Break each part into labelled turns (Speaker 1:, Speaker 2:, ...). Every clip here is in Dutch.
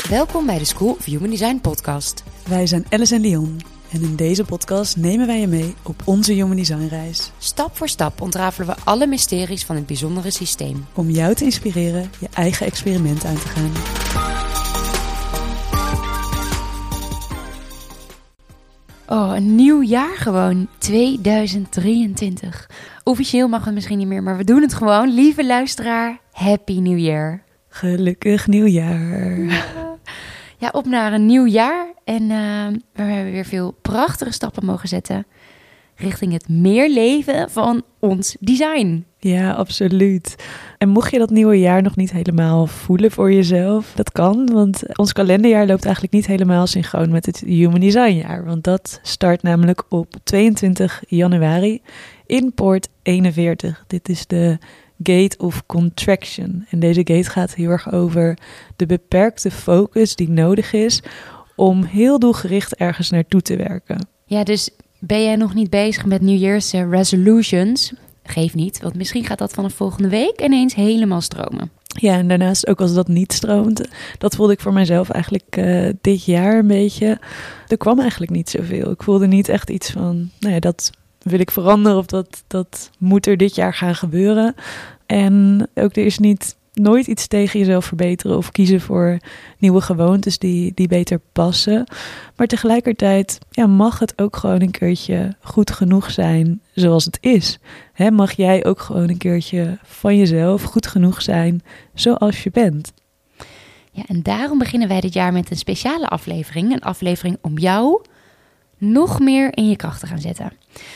Speaker 1: Welkom bij de School of Human Design podcast.
Speaker 2: Wij zijn Alice en Leon en in deze podcast nemen wij je mee op onze Human Design reis.
Speaker 1: Stap voor stap ontrafelen we alle mysteries van het bijzondere systeem.
Speaker 2: Om jou te inspireren je eigen experiment aan te gaan.
Speaker 1: Oh, een nieuw jaar gewoon. 2023. Officieel mag het misschien niet meer, maar we doen het gewoon. Lieve luisteraar, Happy New Year.
Speaker 2: Gelukkig nieuwjaar.
Speaker 1: Ja, op naar een nieuw jaar. En we hebben weer veel prachtige stappen mogen zetten richting het meer leven van ons design.
Speaker 2: Ja, absoluut. En mocht je dat nieuwe jaar nog niet helemaal voelen voor jezelf, dat kan. Want ons kalenderjaar loopt eigenlijk niet helemaal synchroon met het Human Design jaar. Want dat start namelijk op 22 januari in poort 41. Dit is de Gate of Contraction. En deze gate gaat heel erg over de beperkte focus die nodig is om heel doelgericht ergens naartoe te werken.
Speaker 1: Ja, dus ben jij nog niet bezig met New Year's resolutions? Geef niet, want misschien gaat dat vanaf volgende week ineens helemaal stromen.
Speaker 2: Ja, en daarnaast ook als dat niet stroomt, dat voelde ik voor mijzelf eigenlijk dit jaar een beetje. Er kwam eigenlijk niet zoveel. Ik voelde niet echt iets van, nou ja, dat wil ik veranderen of dat moet er dit jaar gaan gebeuren. En ook er is nooit iets tegen jezelf verbeteren of kiezen voor nieuwe gewoontes die beter passen. Maar tegelijkertijd mag het ook gewoon een keertje goed genoeg zijn zoals het is. Mag jij ook gewoon een keertje van jezelf goed genoeg zijn zoals je bent.
Speaker 1: Ja, en daarom beginnen wij dit jaar met een speciale aflevering. Een aflevering om jou nog meer in je kracht te gaan zetten.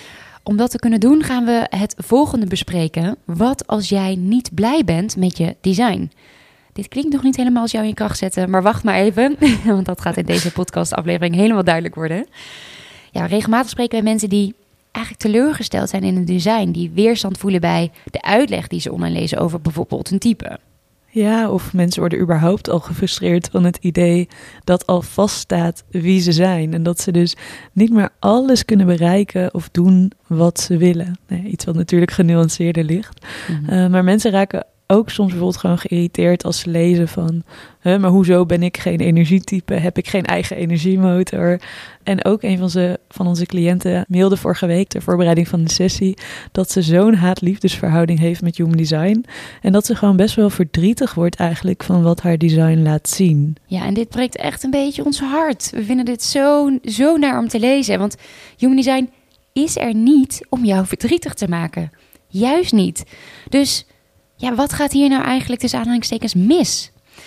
Speaker 1: Om dat te kunnen doen gaan we het volgende bespreken. Wat als jij niet blij bent met je design? Dit klinkt nog niet helemaal als jou in je kracht zetten, maar wacht maar even. Want dat gaat in deze podcastaflevering helemaal duidelijk worden. Ja, regelmatig spreken wij mensen die eigenlijk teleurgesteld zijn in het design. Die weerstand voelen bij de uitleg die ze online lezen over bijvoorbeeld een type.
Speaker 2: Ja, of mensen worden überhaupt al gefrustreerd van het idee dat al vaststaat wie ze zijn. En dat ze dus niet meer alles kunnen bereiken of doen wat ze willen. Iets wat natuurlijk genuanceerder ligt.
Speaker 1: Mm-hmm.
Speaker 2: Maar mensen raken ook soms bijvoorbeeld gewoon geïrriteerd als ze lezen van, maar hoezo ben ik geen energietype? Heb ik geen eigen energiemotor? En ook een van onze cliënten mailde vorige week ter voorbereiding van de sessie dat ze zo'n haat-liefdesverhouding heeft met Human Design. En dat ze gewoon best wel verdrietig wordt eigenlijk van wat haar design laat zien.
Speaker 1: Ja, en dit breekt echt een beetje ons hart. We vinden dit zo naar om te lezen. Want Human Design is er niet om jou verdrietig te maken. Juist niet. Dus ja, wat gaat hier nou eigenlijk tussen aanhalingstekens mis?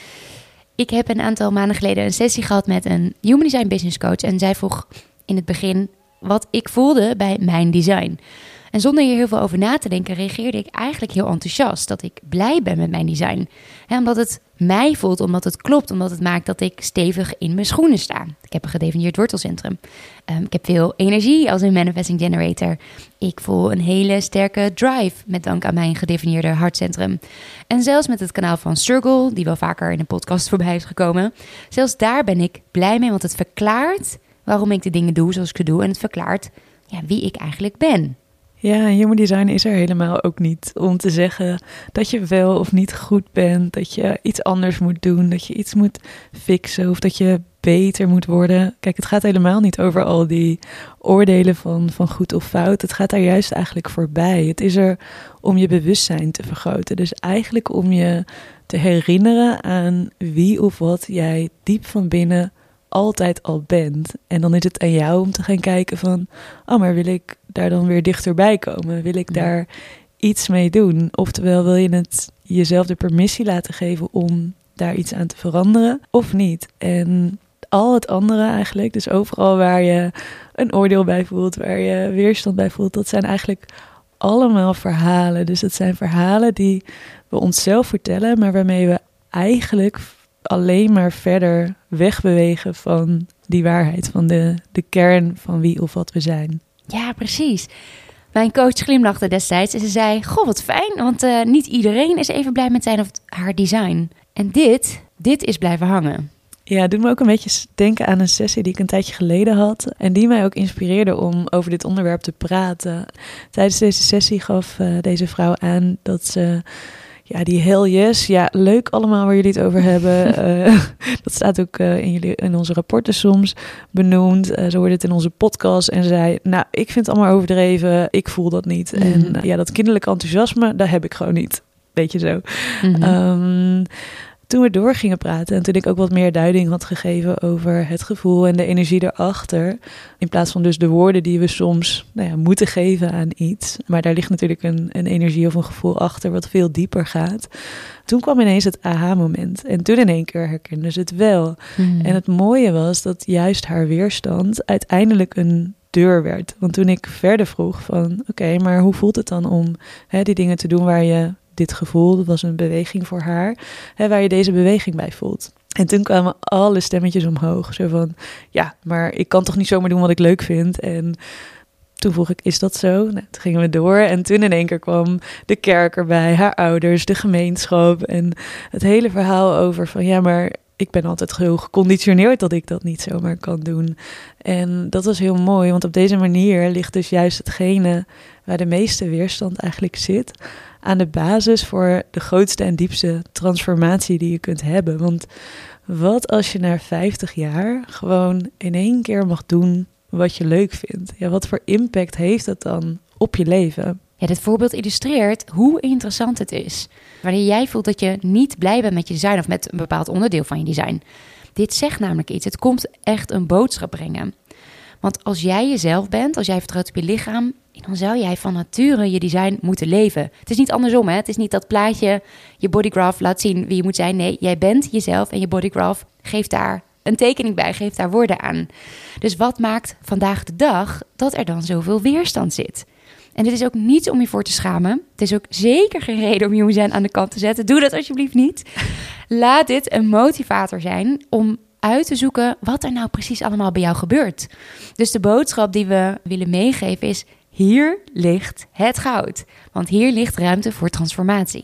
Speaker 1: Ik heb een aantal maanden geleden een sessie gehad met een Human Design business coach. En zij vroeg in het begin wat ik voelde bij mijn design. En zonder hier heel veel over na te denken reageerde ik eigenlijk heel enthousiast. Dat ik blij ben met mijn design. Omdat het mij voelt, omdat het klopt. Omdat het maakt dat ik stevig in mijn schoenen sta. Ik heb een gedefinieerd wortelcentrum. Ik heb veel energie als een manifesting generator. Ik voel een hele sterke drive met dank aan mijn gedefinieerde hartcentrum. En zelfs met het kanaal van Circle, die wel vaker in de podcast voorbij is gekomen. Zelfs daar ben ik blij mee, want het verklaart waarom ik de dingen doe zoals ik ze doe. En het verklaart wie ik eigenlijk ben.
Speaker 2: Ja, Human Design is er helemaal ook niet om te zeggen dat je wel of niet goed bent, dat je iets anders moet doen, dat je iets moet fixen of dat je beter moet worden. Kijk, het gaat helemaal niet over al die oordelen van goed of fout. Het gaat daar juist eigenlijk voorbij. Het is er om je bewustzijn te vergroten. Dus eigenlijk om je te herinneren aan wie of wat jij diep van binnen altijd al bent. En dan is het aan jou om te gaan kijken van, maar wil ik daar dan weer dichterbij komen? Wil ik daar iets mee doen? Oftewel, wil je het jezelf de permissie laten geven om daar iets aan te veranderen of niet? En al het andere eigenlijk, dus overal waar je een oordeel bij voelt, waar je weerstand bij voelt, dat zijn eigenlijk allemaal verhalen. Dus dat zijn verhalen die we onszelf vertellen, maar waarmee we eigenlijk alleen maar verder wegbewegen van die waarheid, van de kern van wie of wat we zijn.
Speaker 1: Ja, precies. Mijn coach glimlachte destijds en ze zei, goh, wat fijn, want niet iedereen is even blij met zijn of haar design. En dit is blijven hangen.
Speaker 2: Ja, het doet me ook een beetje denken aan een sessie die ik een tijdje geleden had. En die mij ook inspireerde om over dit onderwerp te praten. Tijdens deze sessie gaf deze vrouw aan dat ze Ja, die hell yes. Ja, leuk allemaal waar jullie het over hebben. Dat staat ook in onze rapporten soms benoemd. Zo wordt het in onze podcast. En zei, nou, ik vind het allemaal overdreven. Ik voel dat niet. En ja, dat kinderlijke enthousiasme, dat heb ik gewoon niet. Weet je zo. Toen we door gingen praten en toen ik ook wat meer duiding had gegeven over het gevoel en de energie erachter, in plaats van dus de woorden die we soms moeten geven aan iets, maar daar ligt natuurlijk een energie of een gevoel achter wat veel dieper gaat. Toen kwam ineens het aha-moment en toen in één keer herkende ze het wel. En het mooie was dat juist haar weerstand uiteindelijk een deur werd. Want toen ik verder vroeg van oké, maar hoe voelt het dan om die dingen te doen waar je dit gevoel, dat was een beweging voor haar, waar je deze beweging bij voelt. En toen kwamen alle stemmetjes omhoog. Zo van, ja, maar ik kan toch niet zomaar doen wat ik leuk vind. En toen vroeg ik, is dat zo? Nou, toen gingen we door en toen in één keer kwam de kerk erbij, haar ouders, de gemeenschap en het hele verhaal over van, ja, maar ik ben altijd heel geconditioneerd dat ik dat niet zomaar kan doen. En dat was heel mooi, want op deze manier ligt dus juist hetgene waar de meeste weerstand eigenlijk zit, aan de basis voor de grootste en diepste transformatie die je kunt hebben. Want wat als je na 50 jaar gewoon in één keer mag doen wat je leuk vindt? Ja, wat voor impact heeft dat dan op je leven?
Speaker 1: Ja, dit voorbeeld illustreert hoe interessant het is. Wanneer jij voelt dat je niet blij bent met je design of met een bepaald onderdeel van je design. Dit zegt namelijk iets. Het komt echt een boodschap brengen. Want als jij jezelf bent, als jij vertrouwt op je lichaam, dan zou jij van nature je design moeten leven. Het is niet andersom, hè? Het is niet dat plaatje, je bodygraph laat zien wie je moet zijn. Nee, jij bent jezelf en je bodygraph geeft daar een tekening bij, geeft daar woorden aan. Dus wat maakt vandaag de dag dat er dan zoveel weerstand zit? En dit is ook niet om je voor te schamen. Het is ook zeker geen reden om je design aan de kant te zetten. Doe dat alsjeblieft niet. Laat dit een motivator zijn om uit te zoeken wat er nou precies allemaal bij jou gebeurt. Dus de boodschap die we willen meegeven is: hier ligt het goud. Want hier ligt ruimte voor transformatie.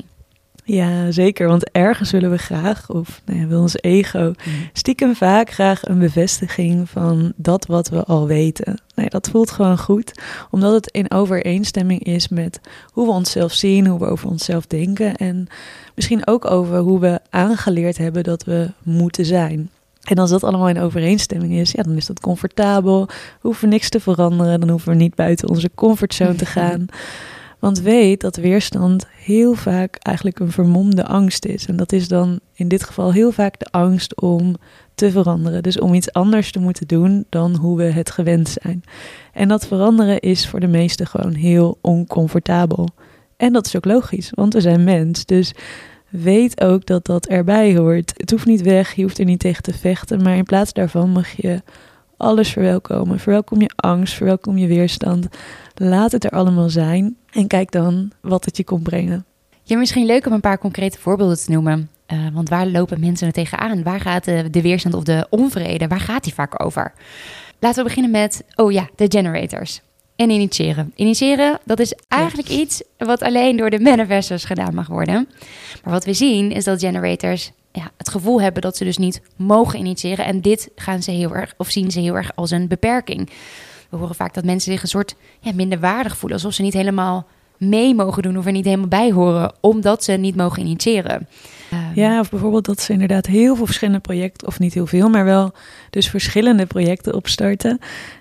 Speaker 2: Ja, zeker. Want ergens willen we graag, of wil ons ego stiekem vaak graag een bevestiging van dat wat we al weten. Nee, dat voelt gewoon goed, omdat het in overeenstemming is met hoe we onszelf zien, hoe we over onszelf denken en misschien ook over hoe we aangeleerd hebben dat we moeten zijn. En als dat allemaal in overeenstemming is, ja, dan is dat comfortabel. We hoeven niks te veranderen, dan hoeven we niet buiten onze comfortzone te gaan. Want weet dat weerstand heel vaak eigenlijk een vermomde angst is. En dat is dan in dit geval heel vaak de angst om te veranderen. Dus om iets anders te moeten doen dan hoe we het gewend zijn. En dat veranderen is voor de meesten gewoon heel oncomfortabel. En dat is ook logisch, want we zijn mens. Dus weet ook dat dat erbij hoort. Het hoeft niet weg, je hoeft er niet tegen te vechten. Maar in plaats daarvan mag je alles verwelkomen. Verwelkom je angst, verwelkom je weerstand. Laat het er allemaal zijn. En kijk dan wat het je komt brengen.
Speaker 1: Ja, misschien leuk om een paar concrete voorbeelden te noemen. Want waar lopen mensen er tegenaan? Waar gaat de weerstand of de onvrede, waar gaat die vaak over? Laten we beginnen met, de generators. En initiëren. Initiëren, dat is eigenlijk iets wat alleen door de manifestors gedaan mag worden. Maar wat we zien is dat generators het gevoel hebben dat ze dus niet mogen initiëren. En dit gaan ze heel erg, of zien ze heel erg als een beperking. We horen vaak dat mensen zich een soort minder waardig voelen. Alsof ze niet helemaal mee mogen doen of er niet helemaal bij horen, omdat ze niet mogen initiëren.
Speaker 2: Ja, of bijvoorbeeld dat ze inderdaad heel veel verschillende projecten, of niet heel veel, maar wel dus verschillende projecten opstarten.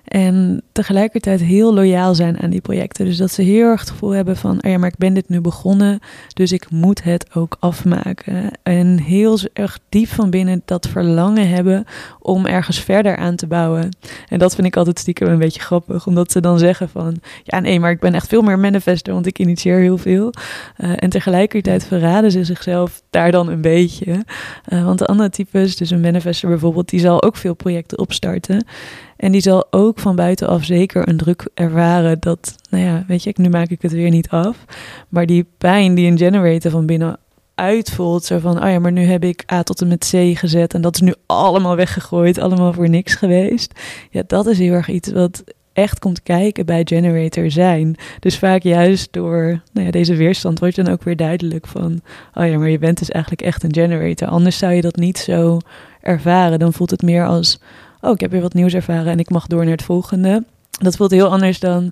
Speaker 2: En tegelijkertijd heel loyaal zijn aan die projecten. Dus dat ze heel erg het gevoel hebben van, maar ik ben dit nu begonnen, dus ik moet het ook afmaken. En heel erg diep van binnen dat verlangen hebben om ergens verder aan te bouwen. En dat vind ik altijd stiekem een beetje grappig, omdat ze dan zeggen van, maar ik ben echt veel meer manifester, want ik initieer heel veel. En tegelijkertijd verraden ze zichzelf daar dan een beetje. Want de andere types, dus een manifester bijvoorbeeld, die zal ook veel projecten opstarten. En die zal ook van buitenaf zeker een druk ervaren dat, nu maak ik het weer niet af. Maar die pijn die een generator van binnen uitvoelt, zo van, maar nu heb ik A tot en met C gezet en dat is nu allemaal weggegooid, allemaal voor niks geweest. Ja, dat is heel erg iets wat echt komt kijken bij generator zijn. Dus vaak juist door deze weerstand wordt dan ook weer duidelijk van, maar je bent dus eigenlijk echt een generator. Anders zou je dat niet zo ervaren. Dan voelt het meer als, ik heb weer wat nieuws ervaren en ik mag door naar het volgende. Dat voelt heel anders dan,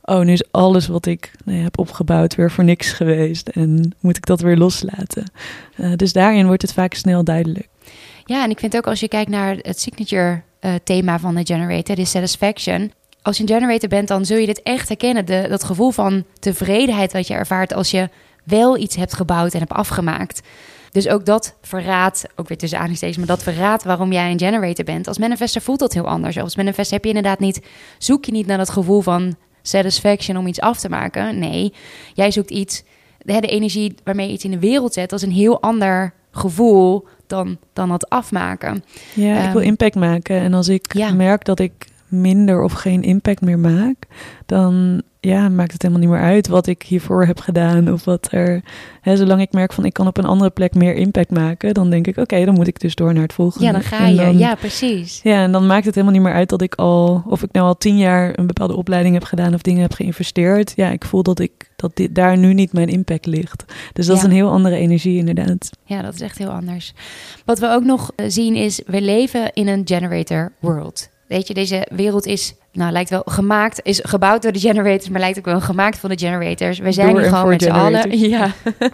Speaker 2: oh, nu is alles wat ik heb opgebouwd weer voor niks geweest. En moet ik dat weer loslaten. Dus daarin wordt het vaak snel duidelijk.
Speaker 1: Ja, en ik vind ook als je kijkt naar het signature thema van de generator, de satisfaction. Als je een generator bent, dan zul je dit echt herkennen. Dat gevoel van tevredenheid wat je ervaart als je wel iets hebt gebouwd en hebt afgemaakt. Dus ook dat verraadt, ook weer tussen aanhalingstekens, maar dat verraadt waarom jij een generator bent. Als manifester voelt dat heel anders. Als manifester heb je inderdaad niet, zoek je niet naar dat gevoel van satisfaction om iets af te maken. Nee, jij zoekt iets, de energie waarmee je iets in de wereld zet, dat is een heel ander gevoel dan het afmaken.
Speaker 2: Ja, ik wil impact maken. En als ik merk dat ik minder of geen impact meer maak, dan maakt het helemaal niet meer uit wat ik hiervoor heb gedaan of wat er. Zolang ik merk van ik kan op een andere plek meer impact maken, dan denk ik oké, dan moet ik dus door naar het volgende.
Speaker 1: Ja, dan ga je. Ja, precies.
Speaker 2: Ja, en dan maakt het helemaal niet meer uit dat ik of ik nou al 10 jaar een bepaalde opleiding heb gedaan of dingen heb geïnvesteerd. Ja, ik voel dat daar nu niet mijn impact ligt. Dus dat is een heel andere energie inderdaad.
Speaker 1: Ja, dat is echt heel anders. Wat we ook nog zien is, we leven in een generator world. Weet je, deze wereld is gebouwd door de generators, maar lijkt ook wel gemaakt van de generators. We zijn hier gewoon met z'n allen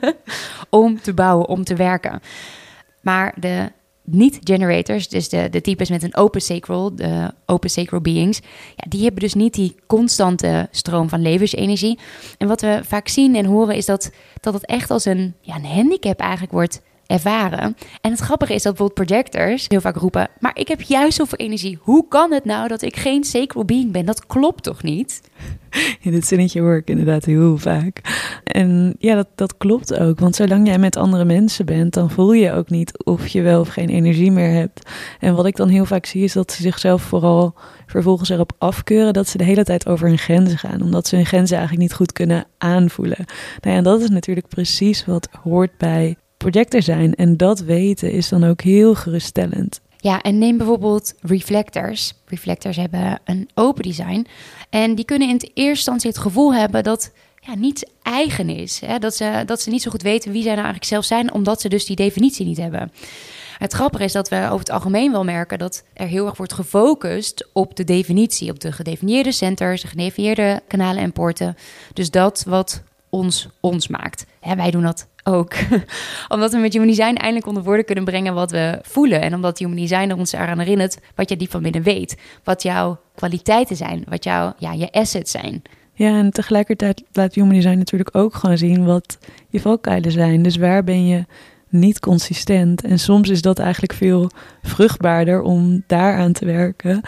Speaker 1: om te bouwen, om te werken. Maar de niet-generators, dus de types met een open sacral, de open sacral beings, die hebben dus niet die constante stroom van levensenergie. En wat we vaak zien en horen is dat het echt als een handicap eigenlijk wordt ervaren. En het grappige is dat bijvoorbeeld projectors heel vaak roepen, maar ik heb juist zoveel energie. Hoe kan het nou dat ik geen sacral being ben? Dat klopt toch niet?
Speaker 2: Ja, dit zinnetje hoor ik inderdaad heel vaak. En ja, dat klopt ook. Want zolang jij met andere mensen bent, dan voel je ook niet of je wel of geen energie meer hebt. En wat ik dan heel vaak zie, is dat ze zichzelf vooral vervolgens erop afkeuren dat ze de hele tijd over hun grenzen gaan. Omdat ze hun grenzen eigenlijk niet goed kunnen aanvoelen. Nou ja, en dat is natuurlijk precies wat hoort bij projector zijn. En dat weten is dan ook heel geruststellend.
Speaker 1: Ja, en neem bijvoorbeeld reflectors. Reflectors hebben een open design. En die kunnen in de eerste instantie het gevoel hebben dat niets eigen is. Hè? Dat ze niet zo goed weten wie zij nou eigenlijk zelf zijn, omdat ze dus die definitie niet hebben. Het grappige is dat we over het algemeen wel merken dat er heel erg wordt gefocust op de definitie. Op de gedefinieerde centers, de gedefinieerde kanalen en poorten. Dus dat wat ons maakt. Hè, wij doen dat ook. Omdat we met Human Design eindelijk onder woorden kunnen brengen wat we voelen. En omdat Human Design er ons eraan herinnert wat je diep van binnen weet. Wat jouw kwaliteiten zijn. Wat je assets zijn.
Speaker 2: Ja, en tegelijkertijd laat Human Design natuurlijk ook gewoon zien wat je valkuilen zijn. Dus waar ben je niet consistent? En soms is dat eigenlijk veel vruchtbaarder om daaraan te werken.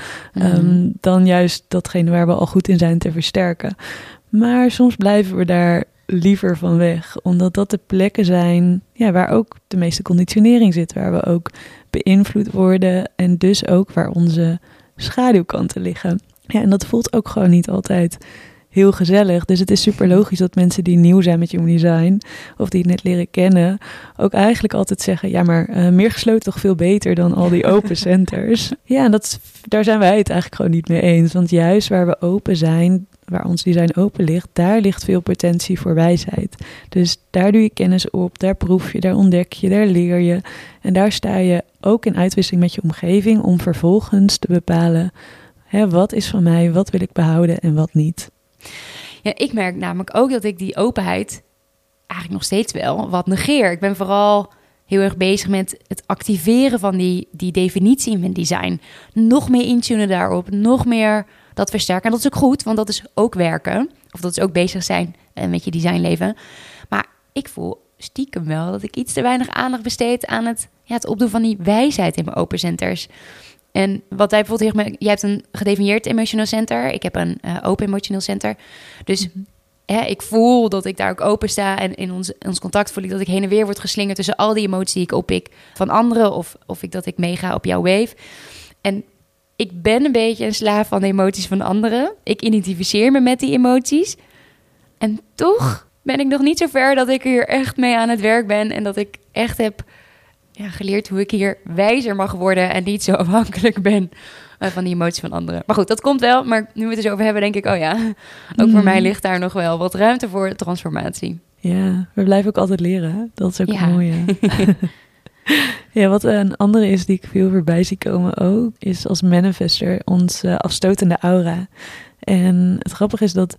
Speaker 2: Dan juist datgene waar we al goed in zijn te versterken. Maar soms blijven we daar liever van weg. Omdat dat de plekken zijn waar ook de meeste conditionering zit. Waar we ook beïnvloed worden. En dus ook waar onze schaduwkanten liggen. Ja, en dat voelt ook gewoon niet altijd heel gezellig. Dus het is super logisch dat mensen die nieuw zijn met Human Design, of die het net leren kennen, ook eigenlijk altijd zeggen, ja, maar meer gesloten toch veel beter dan al die open centers. Ja, en daar zijn wij het eigenlijk gewoon niet mee eens. Want juist waar we open zijn, waar ons design open ligt, daar ligt veel potentie voor wijsheid. Dus daar doe je kennis op, daar proef je, daar ontdek je, daar leer je. En daar sta je ook in uitwisseling met je omgeving om vervolgens te bepalen, wat is van mij, wat wil ik behouden en wat niet.
Speaker 1: Ja, ik merk namelijk ook dat ik die openheid eigenlijk nog steeds wel wat negeer. Ik ben vooral heel erg bezig met het activeren van die definitie in mijn design. Nog meer intunen daarop, nog meer dat versterken. En dat is ook goed, want dat is ook werken. Of dat is ook bezig zijn met je designleven. Maar ik voel stiekem wel dat ik iets te weinig aandacht besteed aan het opdoen van die wijsheid in mijn open centers. En wat wij bijvoorbeeld heel erg, jij hebt een gedefinieerd emotional center. Ik heb een open emotional center. Dus ik voel dat ik daar ook open sta. En in ons contact voel ik dat ik heen en weer word geslingerd tussen al die emoties die ik oppik van anderen. Of dat ik meega op jouw wave. En ik ben een beetje een slaaf van de emoties van anderen. Ik identificeer me met die emoties. En toch ben ik nog niet zo ver dat ik hier echt mee aan het werk ben. En dat ik echt heb geleerd hoe ik hier wijzer mag worden en niet zo afhankelijk ben van die emoties van anderen. Maar goed, dat komt wel. Maar nu we het er zo over hebben, denk ik, ook voor mij ligt daar nog wel wat ruimte voor transformatie.
Speaker 2: Ja, we blijven ook altijd leren. Hè? Dat is ook mooi. Ja, wat een andere is die ik veel voorbij zie komen ook, is als manifester ons afstotende aura. En het grappige is dat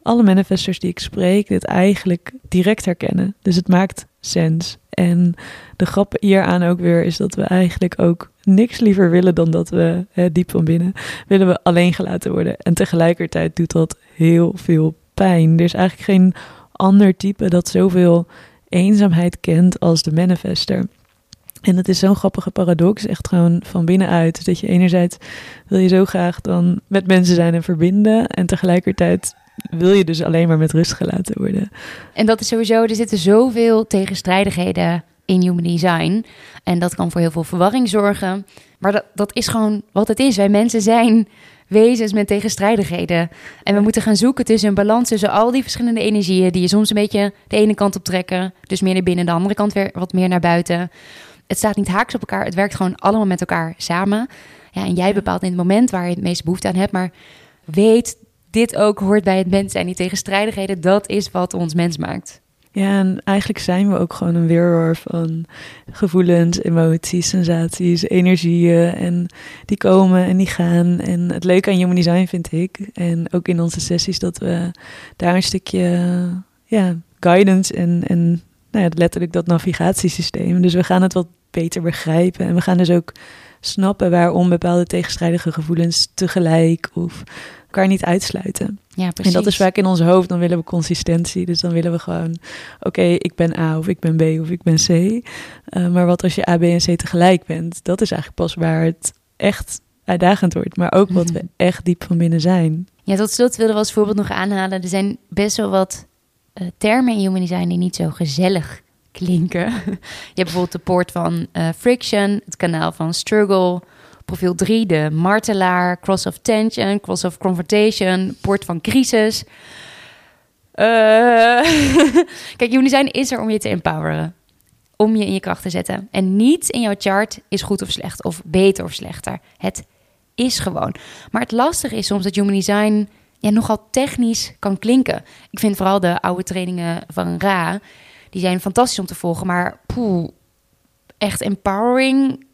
Speaker 2: alle manifestors die ik spreek dit eigenlijk direct herkennen. Dus het maakt sens. En de grap hieraan ook weer is dat we eigenlijk ook niks liever willen dan dat we, diep van binnen, willen we alleen gelaten worden. En tegelijkertijd doet dat heel veel pijn. Er is eigenlijk geen ander type dat zoveel eenzaamheid kent als de manifester. En het is zo'n grappige paradox, echt gewoon van binnenuit. Dat je enerzijds wil je zo graag dan met mensen zijn en verbinden. En tegelijkertijd wil je dus alleen maar met rust gelaten worden.
Speaker 1: En dat is sowieso, er zitten zoveel tegenstrijdigheden in human design. En dat kan voor heel veel verwarring zorgen. Maar dat is gewoon wat het is. Wij mensen zijn wezens met tegenstrijdigheden. En we moeten gaan zoeken tussen een balans tussen al die verschillende energieën die je soms een beetje de ene kant op trekken. Dus meer naar binnen, de andere kant weer wat meer naar buiten. Het staat niet haaks op elkaar. Het werkt gewoon allemaal met elkaar samen. Ja, en jij bepaalt in het moment waar je het meeste behoefte aan hebt. Maar weet, dit ook hoort bij het mens zijn. Die tegenstrijdigheden, dat is wat ons mens maakt.
Speaker 2: Ja, en eigenlijk zijn we ook gewoon een weerwar van gevoelens, emoties, sensaties, energieën. En die komen en die gaan. En het leuke aan Human Design vind ik, en ook in onze sessies, dat we daar een stukje guidance en letterlijk dat navigatiesysteem. Dus we gaan het wat beter begrijpen. En we gaan dus ook snappen waarom bepaalde tegenstrijdige gevoelens tegelijk of elkaar niet uitsluiten.
Speaker 1: Ja, precies.
Speaker 2: En dat is vaak in ons hoofd, dan willen we consistentie. Dus dan willen we gewoon, oké, ik ben A of ik ben B of ik ben C. Maar wat als je A, B en C tegelijk bent? Dat is eigenlijk pas waar het echt uitdagend wordt. Maar ook wat we echt diep van binnen zijn.
Speaker 1: Ja, tot slot wilden we als voorbeeld nog aanhalen. Er zijn best wel wat termen in human design die niet zo gezellig klinken. Je hebt bijvoorbeeld de poort van friction, het kanaal van struggle, profiel 3, de martelaar, cross of tension, cross of confrontation, poort van crisis. Kijk, human design is er om je te empoweren, om je in je kracht te zetten. En niets in jouw chart is goed of slecht, of beter of slechter. Het is gewoon. Maar het lastige is soms dat human design nogal technisch kan klinken. Ik vind vooral de oude trainingen van Ra, die zijn fantastisch om te volgen, maar echt empowering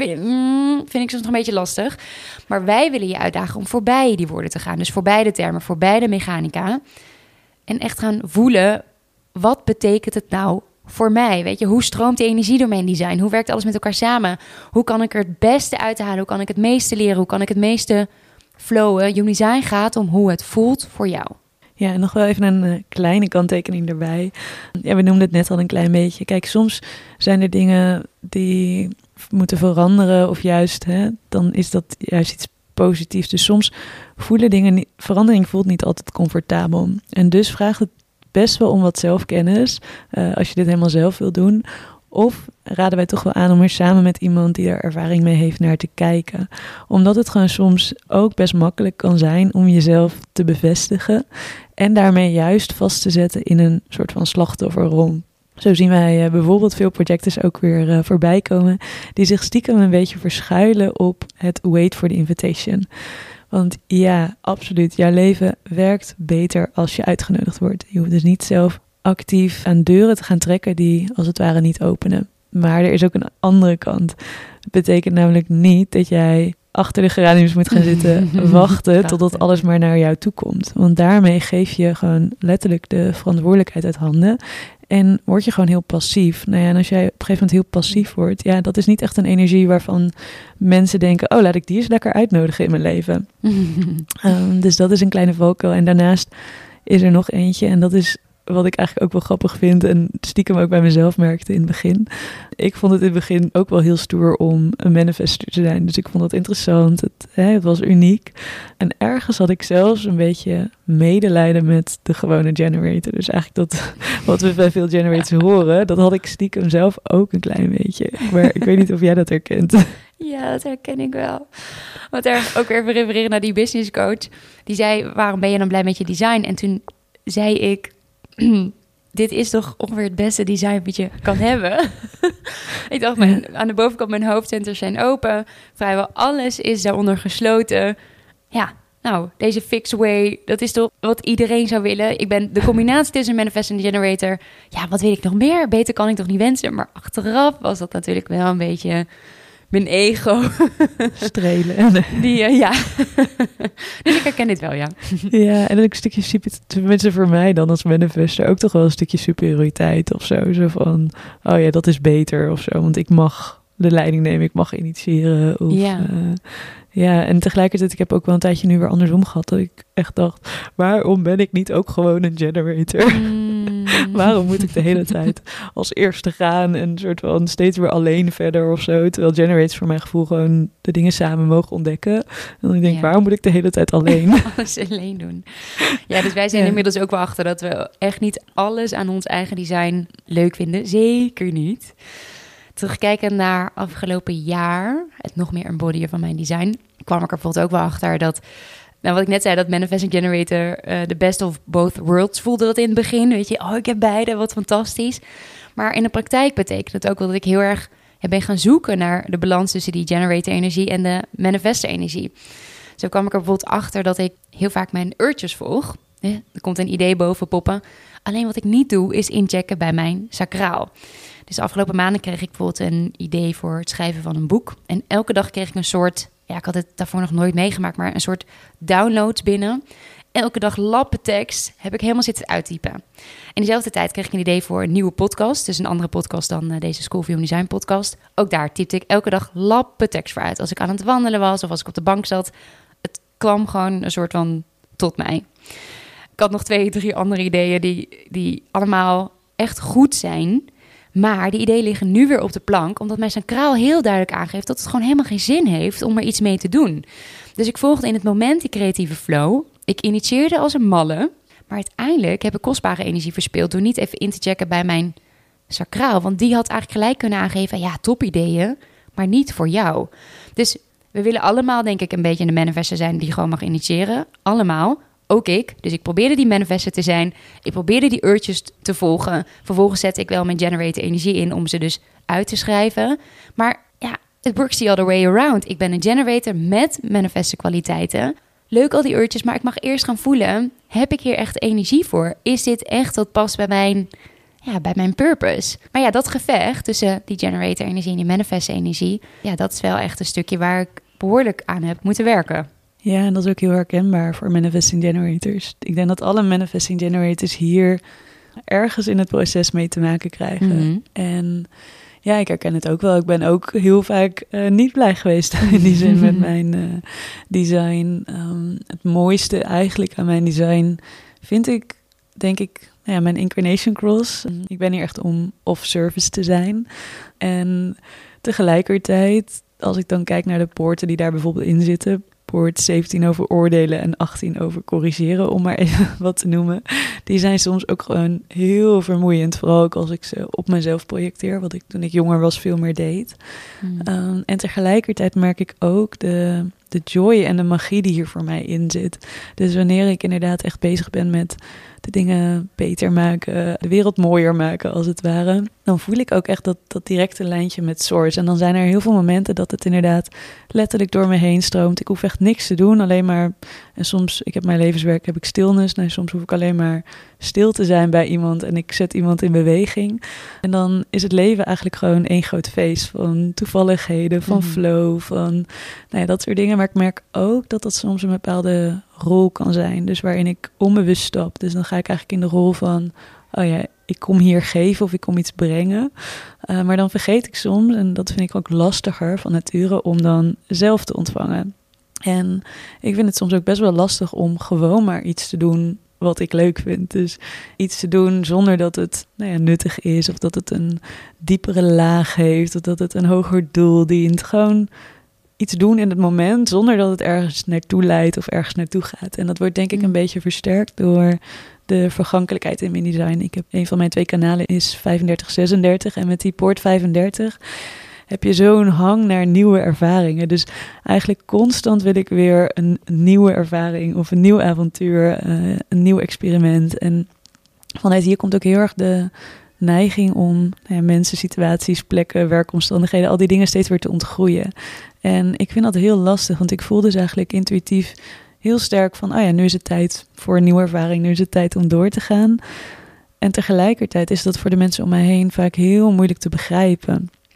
Speaker 1: vind ik soms nog een beetje lastig. Maar wij willen je uitdagen om voorbij die woorden te gaan. Dus voorbij de termen, voorbij de mechanica. En echt gaan voelen, wat betekent het nou voor mij? Weet je, hoe stroomt die energie door mijn design? Hoe werkt alles met elkaar samen? Hoe kan ik er het beste uithalen? Hoe kan ik het meeste leren? Hoe kan ik het meeste flowen? Human design gaat om hoe het voelt voor jou.
Speaker 2: Ja, en nog wel even een kleine kanttekening erbij. Ja, we noemden het net al een klein beetje. Kijk, soms zijn er dingen die moeten veranderen of juist, dan is dat juist iets positiefs. Dus soms voelen dingen, verandering voelt niet altijd comfortabel. En dus vraagt het best wel om wat zelfkennis, als je dit helemaal zelf wil doen. Of raden wij toch wel aan om er samen met iemand die er ervaring mee heeft naar te kijken. Omdat het gewoon soms ook best makkelijk kan zijn om jezelf te bevestigen en daarmee juist vast te zetten in een soort van slachtofferrol. Zo zien wij bijvoorbeeld veel projectors ook weer voorbij komen die zich stiekem een beetje verschuilen op het wait for the invitation. Want ja, absoluut, jouw leven werkt beter als je uitgenodigd wordt. Je hoeft dus niet zelf actief aan deuren te gaan trekken die als het ware niet openen. Maar er is ook een andere kant. Het betekent namelijk niet dat jij achter de geraniums moet gaan zitten wachten totdat alles maar naar jou toe komt. Want daarmee geef je gewoon letterlijk de verantwoordelijkheid uit handen. En word je gewoon heel passief. Nou ja, en als jij op een gegeven moment heel passief wordt, ja, dat is niet echt een energie waarvan mensen denken, oh, laat ik die eens lekker uitnodigen in mijn leven. Dus dat is een kleine valkuil. En daarnaast is er nog eentje en dat is wat ik eigenlijk ook wel grappig vind en stiekem ook bij mezelf merkte in het begin. Ik vond het in het begin ook wel heel stoer om een manifester te zijn. Dus ik vond het interessant. Het was uniek. En ergens had ik zelfs een beetje medelijden met de gewone generator. Dus eigenlijk dat wat we bij veel generators horen, dat had ik stiekem zelf ook een klein beetje. Maar ik weet niet of jij dat herkent.
Speaker 1: Ja, dat herken ik wel. Want er ook weer refereren naar die business coach. Die zei, waarom ben je dan blij met je design? En toen zei ik, dit is toch ongeveer het beste design wat je kan hebben. Ik dacht, aan de bovenkant mijn hoofdcenters zijn open. Vrijwel alles is daaronder gesloten. Ja, nou, deze fixed way, dat is toch wat iedereen zou willen. Ik ben de combinatie tussen manifest en generator. Ja, wat weet ik nog meer? Beter kan ik toch niet wensen? Maar achteraf was dat natuurlijk wel een beetje mijn ego.
Speaker 2: Strelen.
Speaker 1: Ja. Dus ik herken dit wel, ja.
Speaker 2: Ja, en ook een stukje, tenminste voor mij dan als manifester, ook toch wel een stukje superioriteit of zo. Zo van, oh ja, dat is beter of zo, want ik mag de leiding nemen, ik mag initiëren. Of, ja, en tegelijkertijd, ik heb ook wel een tijdje nu weer andersom gehad, dat ik echt dacht, waarom ben ik niet ook gewoon een generator? Waarom moet ik de hele tijd als eerste gaan en soort van steeds weer alleen verder of zo? Terwijl generators voor mijn gevoel gewoon de dingen samen mogen ontdekken. En dan denk ik, waarom moet ik de hele tijd alleen?
Speaker 1: Alles alleen doen. Ja, dus wij zijn inmiddels ook wel achter dat we echt niet alles aan ons eigen design leuk vinden. Zeker niet. Terugkijken naar afgelopen jaar, het nog meer embodyen van mijn design, kwam ik er bijvoorbeeld ook wel achter dat, nou, wat ik net zei, dat Manifesting Generator the best of both worlds voelde dat in het begin. Weet je, ik heb beide, wat fantastisch. Maar in de praktijk betekent het ook wel dat ik heel erg ben gaan zoeken naar de balans tussen die generator-energie en de manifester-energie. Zo kwam ik er bijvoorbeeld achter dat ik heel vaak mijn urges volg. Er komt een idee boven poppen. Alleen wat ik niet doe, is inchecken bij mijn sacraal. Dus de afgelopen maanden kreeg ik bijvoorbeeld een idee voor het schrijven van een boek. En elke dag kreeg ik een soort, ik had het daarvoor nog nooit meegemaakt, maar een soort downloads binnen. Elke dag lappen tekst heb ik helemaal zitten uittypen. In diezelfde tijd kreeg ik een idee voor een nieuwe podcast. Dus een andere podcast dan deze School of Human Design podcast. Ook daar typte ik elke dag lappen tekst voor uit. Als ik aan het wandelen was of als ik op de bank zat. Het kwam gewoon een soort van tot mij. Ik had nog 2-3 andere ideeën die allemaal echt goed zijn. Maar die ideeën liggen nu weer op de plank, omdat mijn sacraal heel duidelijk aangeeft dat het gewoon helemaal geen zin heeft om er iets mee te doen. Dus ik volgde in het moment die creatieve flow. Ik initieerde als een malle, maar uiteindelijk heb ik kostbare energie verspeeld door niet even in te checken bij mijn sacraal. Want die had eigenlijk gelijk kunnen aangeven, ja, top ideeën, maar niet voor jou. Dus we willen allemaal, denk ik, een beetje de manifester zijn die gewoon mag initiëren. Allemaal. Ook ik. Dus ik probeerde die manifester te zijn. Ik probeerde die urges te volgen. Vervolgens zette ik wel mijn generator energie in om ze dus uit te schrijven. Maar ja, it works the other way around. Ik ben een generator met manifester kwaliteiten. Leuk al die urges, maar ik mag eerst gaan voelen, heb ik hier echt energie voor? Is dit echt wat past bij mijn purpose? Maar ja, dat gevecht tussen die generator energie en die manifester energie, ja, dat is wel echt een stukje waar ik behoorlijk aan heb moeten werken.
Speaker 2: Ja, en dat is ook heel herkenbaar voor manifesting generators. Ik denk dat alle manifesting generators hier ergens in het proces mee te maken krijgen.
Speaker 1: Mm-hmm.
Speaker 2: En ja, ik herken het ook wel. Ik ben ook heel vaak niet blij geweest in die zin met mijn design. Het mooiste eigenlijk aan mijn design vind ik, denk ik, mijn incarnation cross. Ik ben hier echt om of service te zijn. En tegelijkertijd, als ik dan kijk naar de poorten die daar bijvoorbeeld in zitten, poort 17 over oordelen en 18 over corrigeren, om maar even wat te noemen. Die zijn soms ook gewoon heel vermoeiend. Vooral ook als ik ze op mezelf projecteer, wat ik toen ik jonger was veel meer deed. En tegelijkertijd merk ik ook de joy en de magie die hier voor mij in zit. Dus wanneer ik inderdaad echt bezig ben met de dingen beter maken, de wereld mooier maken als het ware, dan voel ik ook echt dat directe lijntje met source. En dan zijn er heel veel momenten dat het inderdaad letterlijk door me heen stroomt. Ik hoef echt niks te doen, alleen maar, en soms, ik heb mijn levenswerk, heb ik stilness. Nee, soms hoef ik alleen maar stil te zijn bij iemand en ik zet iemand in beweging. En dan is het leven eigenlijk gewoon één groot feest van toevalligheden, van flow, van dat soort dingen. Maar ik merk ook dat soms een bepaalde rol kan zijn. Dus waarin ik onbewust stap. Dus dan ga ik eigenlijk in de rol van, ik kom hier geven of ik kom iets brengen. Maar dan vergeet ik soms, en dat vind ik ook lastiger van nature, om dan zelf te ontvangen. En ik vind het soms ook best wel lastig om gewoon maar iets te doen wat ik leuk vind. Dus iets te doen zonder dat het nuttig is, of dat het een diepere laag heeft, of dat het een hoger doel dient. Gewoon iets doen in het moment, zonder dat het ergens naartoe leidt of ergens naartoe gaat. En dat wordt denk ik een beetje versterkt door de vergankelijkheid in mijn design. Ik heb een van mijn 2 kanalen is 3536 en met die poort 35 heb je zo'n hang naar nieuwe ervaringen. Dus eigenlijk constant wil ik weer een nieuwe ervaring of een nieuw avontuur, een nieuw experiment. En vanuit hier komt ook heel erg de neiging om mensen, situaties, plekken, werkomstandigheden, al die dingen steeds weer te ontgroeien. En ik vind dat heel lastig, want ik voel dus eigenlijk intuïtief heel sterk van, nu is het tijd voor een nieuwe ervaring, nu is het tijd om door te gaan. En tegelijkertijd is dat voor de mensen om mij heen vaak heel moeilijk te begrijpen.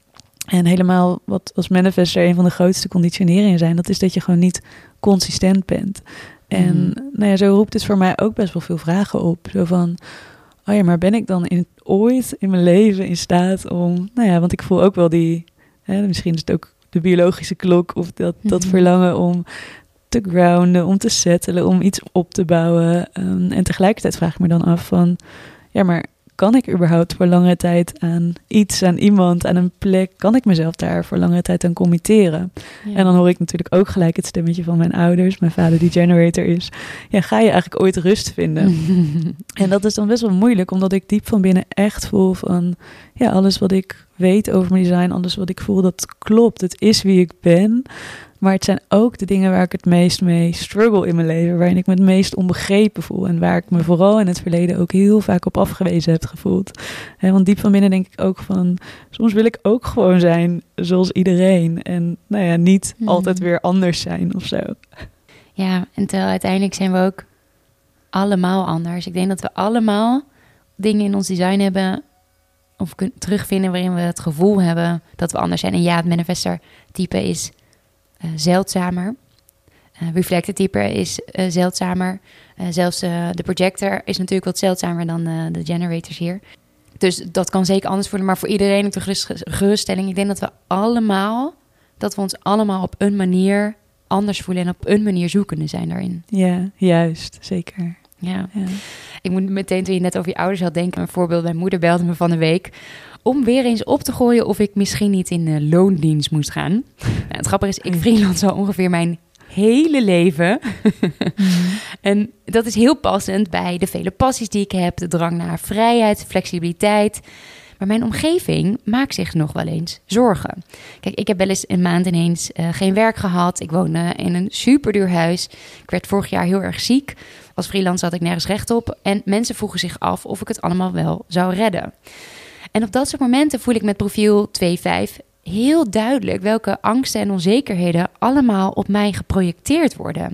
Speaker 2: En helemaal wat als manifester een van de grootste conditioneringen zijn, dat is dat je gewoon niet consistent bent. En nou ja, zo roept het voor mij ook best wel veel vragen op. Zo van, oh ja, maar ben ik dan ooit in mijn leven in staat om, nou ja, want ik voel ook wel misschien is het ook de biologische klok of dat verlangen om te grounden, om te settelen, om iets op te bouwen. En tegelijkertijd vraag ik me dan af van, ja, maar kan ik überhaupt voor lange tijd aan iets, aan iemand, aan een plek, kan ik mezelf daar voor lange tijd aan committeren? Ja. En dan hoor ik natuurlijk ook gelijk het stemmetje van mijn ouders, mijn vader die generator is. Ja, ga je eigenlijk ooit rust vinden? En dat is dan best wel moeilijk, omdat ik diep van binnen echt voel van, ja, alles wat ik weet over mijn design, alles wat ik voel, dat klopt. Het is wie ik ben. Maar het zijn ook de dingen waar ik het meest mee struggle in mijn leven. Waarin ik me het meest onbegrepen voel. En waar ik me vooral in het verleden ook heel vaak op afgewezen heb gevoeld. Want diep van binnen denk ik ook van, soms wil ik ook gewoon zijn zoals iedereen. En nou ja, niet altijd weer anders zijn of zo.
Speaker 1: Ja, en uiteindelijk zijn we ook allemaal anders. Ik denk dat we allemaal dingen in ons design hebben of kunnen terugvinden waarin we het gevoel hebben dat we anders zijn. En ja, het manifester type is zeldzamer. Reflector type is zeldzamer. Zelfs de projector is natuurlijk wat zeldzamer dan de generators hier. Dus dat kan zeker anders voelen. Maar voor iedereen op de geruststelling. Ik denk dat we ons allemaal op een manier anders voelen. En op een manier zoekende zijn daarin.
Speaker 2: Ja, juist. Zeker.
Speaker 1: Ja. Ik moet meteen, toen je net over je ouders had denken. Een voorbeeld, mijn moeder belde me van de week om weer eens op te gooien of ik misschien niet in loondienst moest gaan. Nou, het grappige is, ik freelance al ongeveer mijn hele leven. En dat is heel passend bij de vele passies die ik heb. De drang naar vrijheid, flexibiliteit. Maar mijn omgeving maakt zich nog wel eens zorgen. Kijk, ik heb wel eens een maand ineens geen werk gehad. Ik woonde in een superduur huis. Ik werd vorig jaar heel erg ziek. Als freelancer had ik nergens recht op. En mensen vroegen zich af of ik het allemaal wel zou redden. En op dat soort momenten voel ik met profiel 2.5 heel duidelijk welke angsten en onzekerheden allemaal op mij geprojecteerd worden.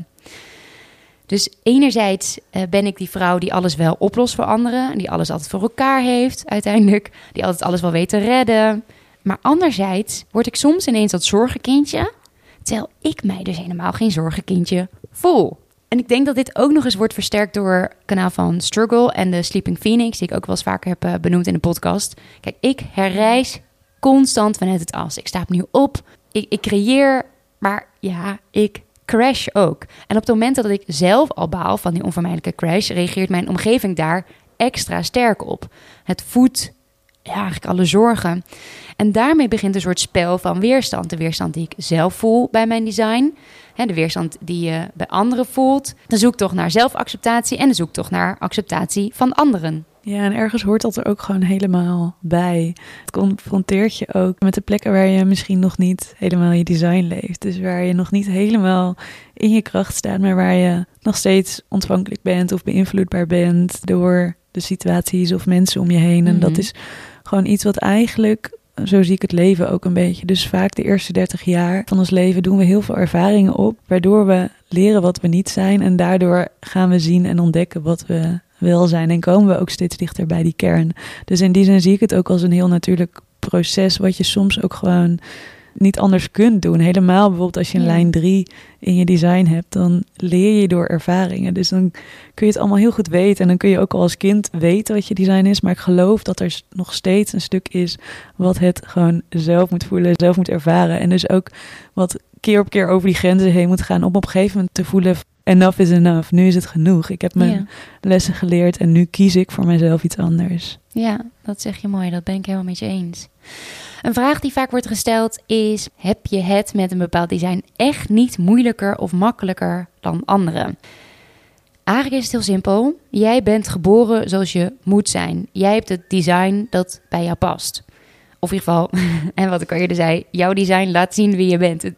Speaker 1: Dus enerzijds ben ik die vrouw die alles wel oplost voor anderen, die alles altijd voor elkaar heeft uiteindelijk, die altijd alles wel weet te redden. Maar anderzijds word ik soms ineens dat zorgenkindje, terwijl ik mij dus helemaal geen zorgenkindje voel. En ik denk dat dit ook nog eens wordt versterkt door het kanaal van Struggle en de Sleeping Phoenix, die ik ook wel eens vaker heb benoemd in de podcast. Kijk, ik herrijs constant vanuit het as. Ik sta opnieuw op, ik creëer, maar ja, ik crash ook. En op het moment dat ik zelf al baal van die onvermijdelijke crash, reageert mijn omgeving daar extra sterk op. Het voedt eigenlijk alle zorgen. En daarmee begint een soort spel van weerstand. De weerstand die ik zelf voel bij mijn design. De weerstand die je bij anderen voelt. De zoektocht naar zelfacceptatie en de zoektocht naar acceptatie van anderen.
Speaker 2: Ja, en ergens hoort dat er ook gewoon helemaal bij. Het confronteert je ook met de plekken waar je misschien nog niet helemaal je design leeft. Dus waar je nog niet helemaal in je kracht staat, maar waar je nog steeds ontvankelijk bent of beïnvloedbaar bent door de situaties of mensen om je heen. En dat is gewoon iets wat eigenlijk, zo zie ik het leven ook een beetje. Dus vaak de eerste 30 jaar van ons leven doen we heel veel ervaringen op, waardoor we leren wat we niet zijn. En daardoor gaan we zien en ontdekken wat we wel zijn. En komen we ook steeds dichter bij die kern. Dus in die zin zie ik het ook als een heel natuurlijk proces, wat je soms ook gewoon niet anders kunt doen. Helemaal bijvoorbeeld als je een lijn 3 in je design hebt, dan leer je door ervaringen. Dus dan kun je het allemaal heel goed weten. En dan kun je ook al als kind weten wat je design is. Maar ik geloof dat er nog steeds een stuk is wat het gewoon zelf moet voelen, zelf moet ervaren. En dus ook wat keer op keer over die grenzen heen moet gaan om op een gegeven moment te voelen, enough is enough. Nu is het genoeg. Ik heb mijn lessen geleerd en nu kies ik voor mezelf iets anders.
Speaker 1: Ja, dat zeg je mooi. Dat ben ik helemaal met je eens. Een vraag die vaak wordt gesteld is: heb je het met een bepaald design echt niet moeilijker of makkelijker dan anderen? Eigenlijk is het heel simpel. Jij bent geboren zoals je moet zijn. Jij hebt het design dat bij jou past. Of in ieder geval, en wat ik al eerder zei, jouw design laat zien wie je bent. Het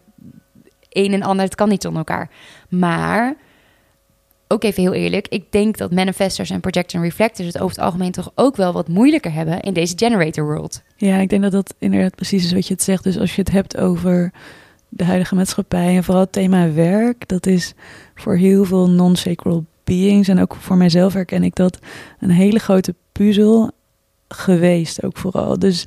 Speaker 1: een en ander, het kan niet zonder elkaar. Maar, ook even heel eerlijk, ik denk dat manifestors en projectors en reflectors het over het algemeen toch ook wel wat moeilijker hebben in deze generator world.
Speaker 2: Ja, ik denk dat dat inderdaad precies is wat je het zegt. Dus als je het hebt over de huidige maatschappij en vooral het thema werk, dat is voor heel veel non-sacral beings en ook voor mijzelf herken ik dat een hele grote puzzel geweest ook vooral. Dus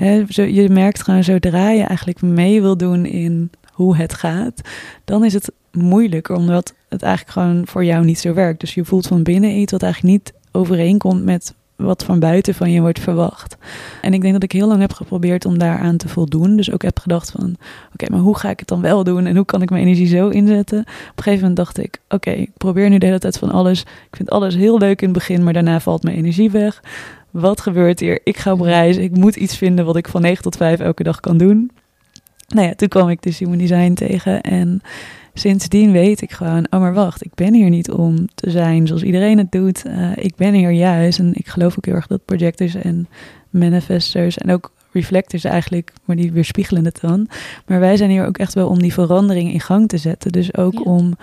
Speaker 2: je merkt gewoon zodra je eigenlijk mee wil doen in hoe het gaat, dan is het moeilijker, omdat het eigenlijk gewoon voor jou niet zo werkt. Dus je voelt van binnen iets wat eigenlijk niet overeenkomt met wat van buiten van je wordt verwacht. En ik denk dat ik heel lang heb geprobeerd om daaraan te voldoen. Dus ook heb gedacht van, oké, maar hoe ga ik het dan wel doen? En hoe kan ik mijn energie zo inzetten? Op een gegeven moment dacht ik, oké, ik probeer nu de hele tijd van alles. Ik vind alles heel leuk in het begin, maar daarna valt mijn energie weg. Wat gebeurt hier? Ik ga op reis. Ik moet iets vinden wat ik van 9 tot 5 elke dag kan doen. Nou ja, toen kwam ik dus Human Design tegen en sindsdien weet ik gewoon, oh maar wacht, ik ben hier niet om te zijn zoals iedereen het doet. Ik ben hier juist, en ik geloof ook heel erg dat projectors en manifestors en ook reflectors eigenlijk, maar die weerspiegelen het dan. Maar wij zijn hier ook echt wel om die verandering in gang te zetten. Dus ook om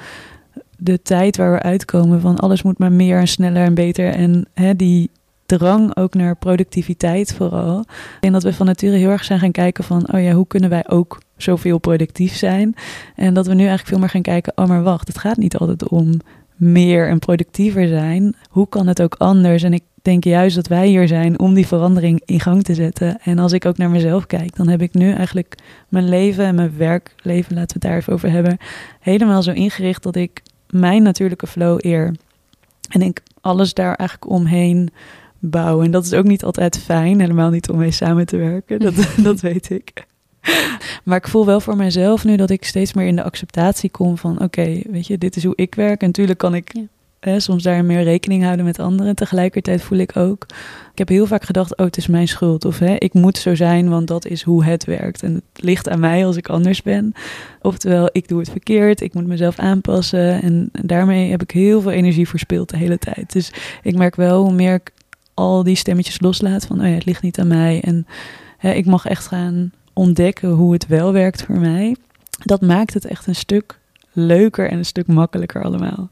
Speaker 2: de tijd waar we uitkomen van alles moet maar meer en sneller en beter. En die drang ook naar productiviteit vooral. En dat we van nature heel erg zijn gaan kijken van, oh ja, hoe kunnen wij ook zoveel productief zijn? En dat we nu eigenlijk veel meer gaan kijken, oh maar wacht, het gaat niet altijd om meer en productiever zijn. Hoe kan het ook anders? En ik denk juist dat wij hier zijn om die verandering in gang te zetten. En als ik ook naar mezelf kijk, dan heb ik nu eigenlijk mijn leven en mijn werkleven, laten we het daar even over hebben, helemaal zo ingericht dat ik mijn natuurlijke flow eer. En ik alles daar eigenlijk omheen bouw. En dat is ook niet altijd fijn, helemaal niet om mee samen te werken. Dat weet ik. Maar ik voel wel voor mezelf nu dat ik steeds meer in de acceptatie kom van, oké, weet je, dit is hoe ik werk. En natuurlijk kan ik soms daar meer rekening houden met anderen. Tegelijkertijd voel ik ook, ik heb heel vaak gedacht, oh, het is mijn schuld. Of ik moet zo zijn, want dat is hoe het werkt. En het ligt aan mij als ik anders ben. Oftewel, ik doe het verkeerd, ik moet mezelf aanpassen. En daarmee heb ik heel veel energie verspild de hele tijd. Dus ik merk wel hoe meer ik al die stemmetjes loslaat van, oh ja, het ligt niet aan mij. En ik mag echt gaan ontdekken hoe het wel werkt voor mij. Dat maakt het echt een stuk leuker en een stuk makkelijker allemaal.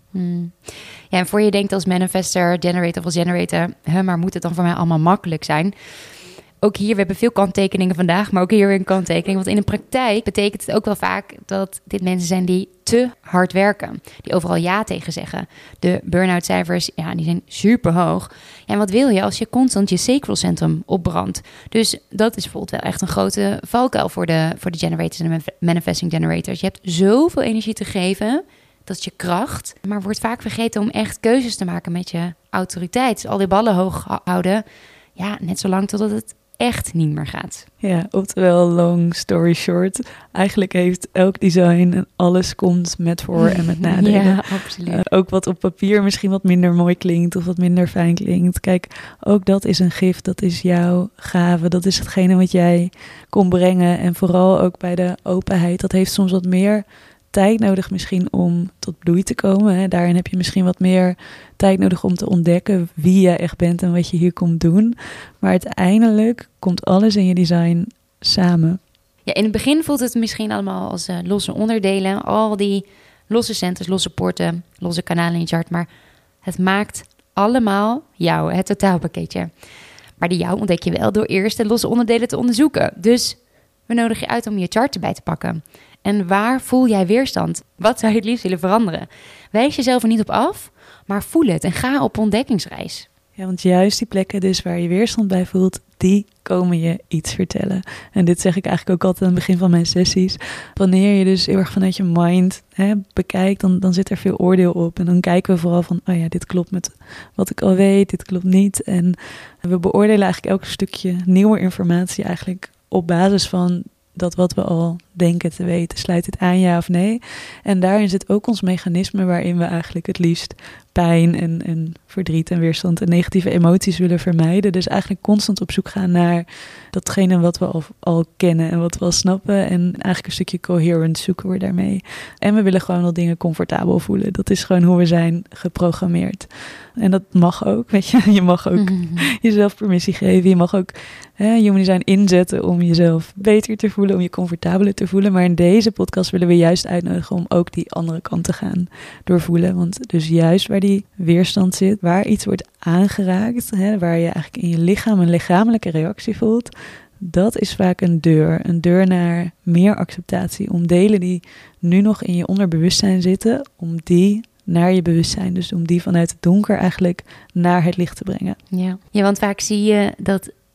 Speaker 1: Ja, en voor je denkt als manifester, generator of generator, maar moet het dan voor mij allemaal makkelijk zijn? Ook hier, we hebben veel kanttekeningen vandaag, maar ook hier weer een kanttekening. Want in de praktijk betekent het ook wel vaak dat dit mensen zijn die te hard werken. Die overal ja tegen zeggen. De burn-out cijfers, die zijn super hoog. Ja, en wat wil je als je constant je sacral centrum opbrandt? Dus dat is bijvoorbeeld wel echt een grote valkuil voor de generators en de manifesting generators. Je hebt zoveel energie te geven, dat is je kracht. Maar wordt vaak vergeten om echt keuzes te maken met je autoriteit. Dus al die ballen hoog houden, net zolang totdat het echt niet meer gaat.
Speaker 2: Ja, oftewel long story short. Eigenlijk heeft elk design en alles komt met voor- en met nadelen.
Speaker 1: Ja, absoluut.
Speaker 2: Ook wat op papier misschien wat minder mooi klinkt of wat minder fijn klinkt. Kijk, ook dat is een gift, dat is jouw gave. Dat is hetgene wat jij kon brengen. En vooral ook bij de openheid. Dat heeft soms wat meer tijd nodig misschien om tot bloei te komen. Daarin heb je misschien wat meer tijd nodig om te ontdekken wie jij echt bent en wat je hier komt doen. Maar uiteindelijk komt alles in je design samen.
Speaker 1: Ja, in het begin voelt het misschien allemaal als losse onderdelen. Al die losse centers, losse poorten, losse kanalen in je chart. Maar het maakt allemaal jou, het totaalpakketje. Maar die jou ontdek je wel door eerst de losse onderdelen te onderzoeken. Dus we nodigen je uit om je chart erbij te pakken. En waar voel jij weerstand? Wat zou je het liefst willen veranderen? Wijs jezelf er niet op af, maar voel het en ga op ontdekkingsreis.
Speaker 2: Ja, want juist die plekken dus waar je weerstand bij voelt, die komen je iets vertellen. En dit zeg ik eigenlijk ook altijd aan het begin van mijn sessies. Wanneer je dus heel erg vanuit je mind bekijkt, dan zit er veel oordeel op. En dan kijken we vooral van, oh ja, dit klopt met wat ik al weet, dit klopt niet. En we beoordelen eigenlijk elk stukje nieuwe informatie eigenlijk op basis van dat wat we al denken te weten, sluit het aan ja of nee. En daarin zit ook ons mechanisme waarin we eigenlijk het liefst pijn en verdriet en weerstand en negatieve emoties willen vermijden. Dus eigenlijk constant op zoek gaan naar datgene wat we al kennen en wat we al snappen. En eigenlijk een stukje coherence zoeken we daarmee. En we willen gewoon wel dingen comfortabel voelen. Dat is gewoon hoe we zijn geprogrammeerd. En dat mag ook, weet je. Je mag ook jezelf permissie geven. Je mag ook Human Design inzetten om jezelf beter te voelen, om je comfortabeler te voelen. Maar in deze podcast willen we juist uitnodigen om ook die andere kant te gaan doorvoelen. Want dus juist waar die weerstand zit, waar iets wordt aangeraakt, waar je eigenlijk in je lichaam een lichamelijke reactie voelt, dat is vaak een deur. Een deur naar meer acceptatie. Om delen die nu nog in je onderbewustzijn zitten, om die naar je bewustzijn, dus om die vanuit het donker eigenlijk naar het licht te brengen.
Speaker 1: Ja, want vaak zie je dat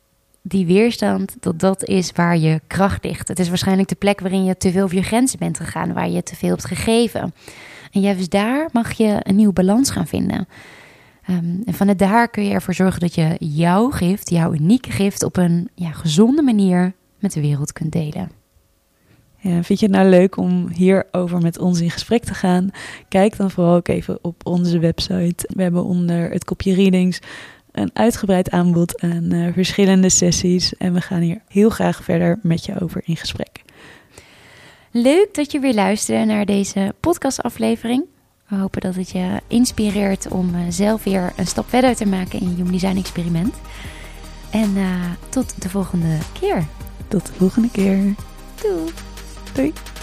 Speaker 1: die weerstand, dat is waar je kracht ligt. Het is waarschijnlijk de plek waarin je te veel over je grenzen bent gegaan, waar je te veel hebt gegeven. En juist daar mag je een nieuwe balans gaan vinden. En vanuit daar kun je ervoor zorgen dat je jouw gift, jouw unieke gift, op een gezonde manier met de wereld kunt delen.
Speaker 2: Ja, vind je het nou leuk om hierover met ons in gesprek te gaan? Kijk dan vooral ook even op onze website. We hebben onder het kopje readings een uitgebreid aanbod aan verschillende sessies. En we gaan hier heel graag verder met je over in gesprek.
Speaker 1: Leuk dat je weer luisterde naar deze podcastaflevering. We hopen dat het je inspireert om zelf weer een stap verder te maken in je Human Design experiment. En tot de volgende keer.
Speaker 2: Tot de volgende keer.
Speaker 1: Doei.
Speaker 2: Doei.